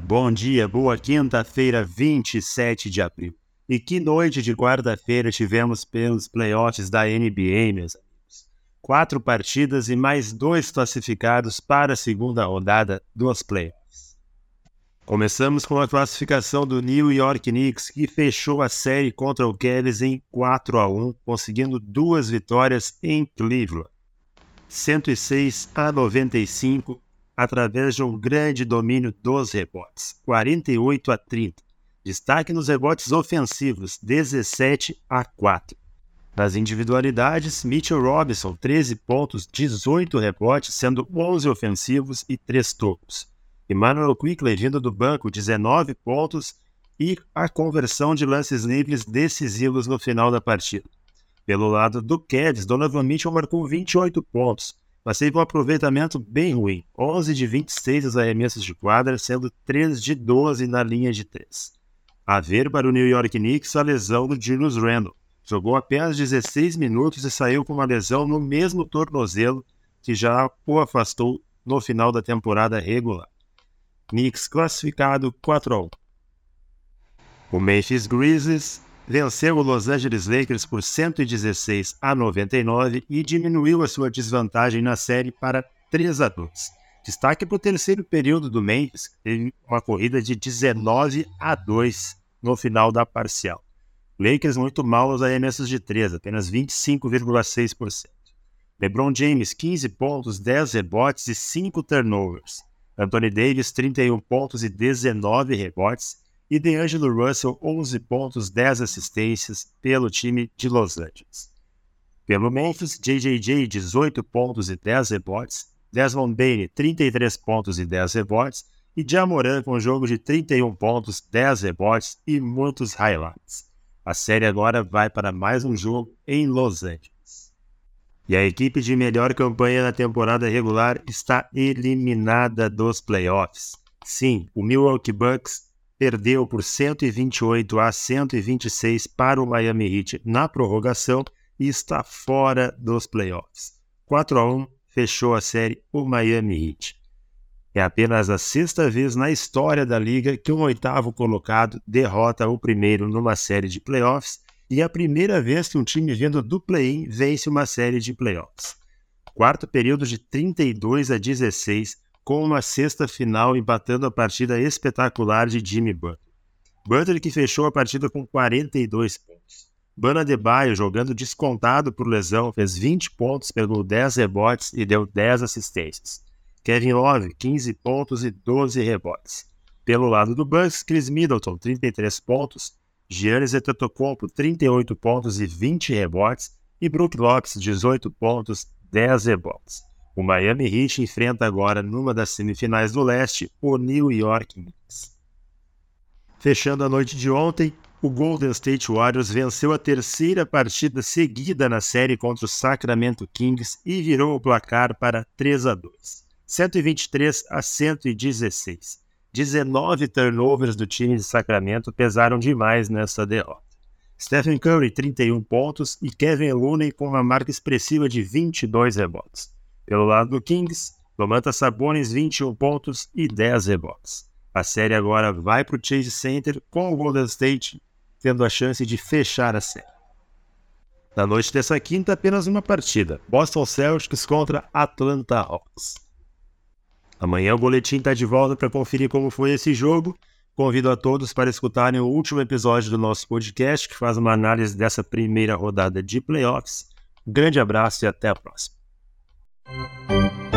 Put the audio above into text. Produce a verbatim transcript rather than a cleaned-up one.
Bom dia, boa quinta-feira, vinte e sete de abril. E que noite de quarta-feira tivemos pelos playoffs da N B A, meus amigos. Quatro partidas e mais dois classificados para a segunda rodada dos playoffs. Começamos com a classificação do New York Knicks, que fechou a série contra o Cavs em quatro a um, conseguindo duas vitórias em Cleveland. cento e seis a noventa e cinco, através de um grande domínio dos rebotes, quarenta e oito a trinta. Destaque nos rebotes ofensivos, dezessete a quatro. Nas individualidades, Mitchell Robinson, treze pontos, dezoito rebotes, sendo onze ofensivos e três tocos. Immanuel Quickley, vindo do banco, dezenove pontos e a conversão de lances livres decisivos no final da partida. Pelo lado do Cavs, Donovan Mitchell marcou vinte e oito pontos, mas teve um aproveitamento bem ruim, onze de vinte e seis nos arremessos de quadra, sendo três de doze na linha de três. A ver para o New York Knicks a lesão do Julius Randle. Jogou apenas dezesseis minutos e saiu com uma lesão no mesmo tornozelo que já o afastou no final da temporada regular. Knicks classificado quatro a um. O Memphis Grizzlies venceu o Los Angeles Lakers por cento e dezesseis a noventa e nove e diminuiu a sua desvantagem na série para três a dois. Destaque para o terceiro período do Memphis, que teve uma corrida de dezenove a dois no final da parcial. Lakers muito mal aos arremessos de três, apenas vinte e cinco vírgula seis por cento. LeBron James, quinze pontos, dez rebotes e cinco turnovers. Anthony Davis, trinta e um pontos e dezenove rebotes. E DeAngelo Russell, onze pontos, dez assistências pelo time de Los Angeles. Pelo Memphis, J J J, dezoito pontos e dez rebotes, Desmond Bane, trinta e três pontos e dez rebotes, e Ja Morant com um jogo de trinta e um pontos, dez rebotes e muitos highlights. A série agora vai para mais um jogo em Los Angeles. E a equipe de melhor campanha na temporada regular está eliminada dos playoffs. Sim, o Milwaukee Bucks perdeu por cento e vinte e oito a cento e vinte e seis para o Miami Heat na prorrogação e está fora dos playoffs. quatro a um fechou a série o Miami Heat. É apenas a sexta vez na história da liga que um oitavo colocado derrota o primeiro numa série de playoffs e é a primeira vez que um time vindo do play-in vence uma série de playoffs. Quarto período de trinta e dois a dezesseis, com uma sexta final empatando a partida espetacular de Jimmy Butler. Butler que fechou a partida com quarenta e dois pontos. Bam Adebayo, jogando descontado por lesão, fez vinte pontos, pegou dez rebotes e deu dez assistências. Kevin Love, quinze pontos e doze rebotes. Pelo lado do Bucks, Chris Middleton, trinta e três pontos, Giannis Antetokounmpo, trinta e oito pontos e vinte rebotes, e Brook Lopes, dezoito pontos, dez rebotes. O Miami Heat enfrenta agora, numa das semifinais do leste, o New York Knicks. Fechando a noite de ontem, o Golden State Warriors venceu a terceira partida seguida na série contra o Sacramento Kings e virou o placar para três a dois. cento e vinte e três a cento e dezesseis. dezenove turnovers do time de Sacramento pesaram demais nessa derrota. Stephen Curry, trinta e um pontos, e Kevin Looney com uma marca expressiva de vinte e dois rebotes. Pelo lado do Kings, Domantas Sabonis, vinte e um pontos e dez rebotes. A série agora vai para o Chase Center, com o Golden State tendo a chance de fechar a série. Na noite dessa quinta, apenas uma partida. Boston Celtics contra Atlanta Hawks. Amanhã o boletim está de volta para conferir como foi esse jogo. Convido a todos para escutarem o último episódio do nosso podcast, que faz uma análise dessa primeira rodada de playoffs. Um grande abraço e até a próxima. Thank you.